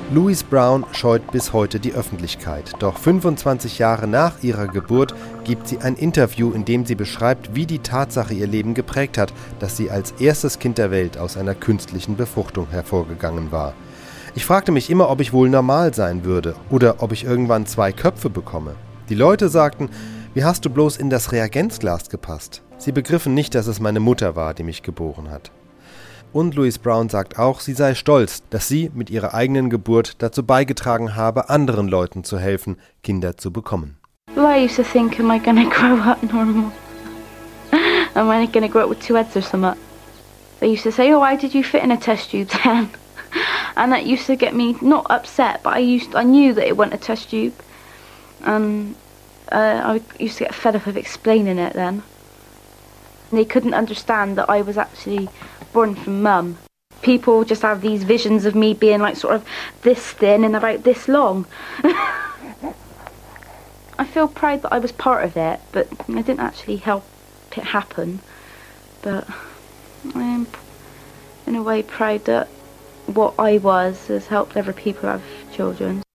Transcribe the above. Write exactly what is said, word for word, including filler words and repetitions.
Louise Brown scheut bis heute die Öffentlichkeit. Doch fünfundzwanzig Jahre nach ihrer Geburt gibt sie ein Interview, in dem sie beschreibt, wie die Tatsache ihr Leben geprägt hat, dass sie als erstes Kind der Welt aus einer künstlichen Befruchtung hervorgegangen war. Ich fragte mich immer, ob ich wohl normal sein würde oder ob ich irgendwann zwei Köpfe bekomme. Die Leute sagten, wie hast du bloß in das Reagenzglas gepasst? Sie begriffen nicht, dass es meine Mutter war, die mich geboren hat. Und Louise Brown sagt auch, sie sei stolz, dass sie mit ihrer eigenen Geburt dazu beigetragen habe, anderen Leuten zu helfen, Kinder zu bekommen. Well, I used to think, am I going to grow up normal? Am I going to grow up with two heads or something? They used to say, oh, why did you fit in a test tube then? And that used to get me not upset, but I used I knew that it wasn't a test tube. And uh, I used to get fed up of explaining it then. They couldn't understand that I was actually born from mum. People just have these visions of me being like sort of this thin and about this long. I feel proud that I was part of it, but I didn't actually help it happen. But I am in a way proud that what I was has helped other people have children.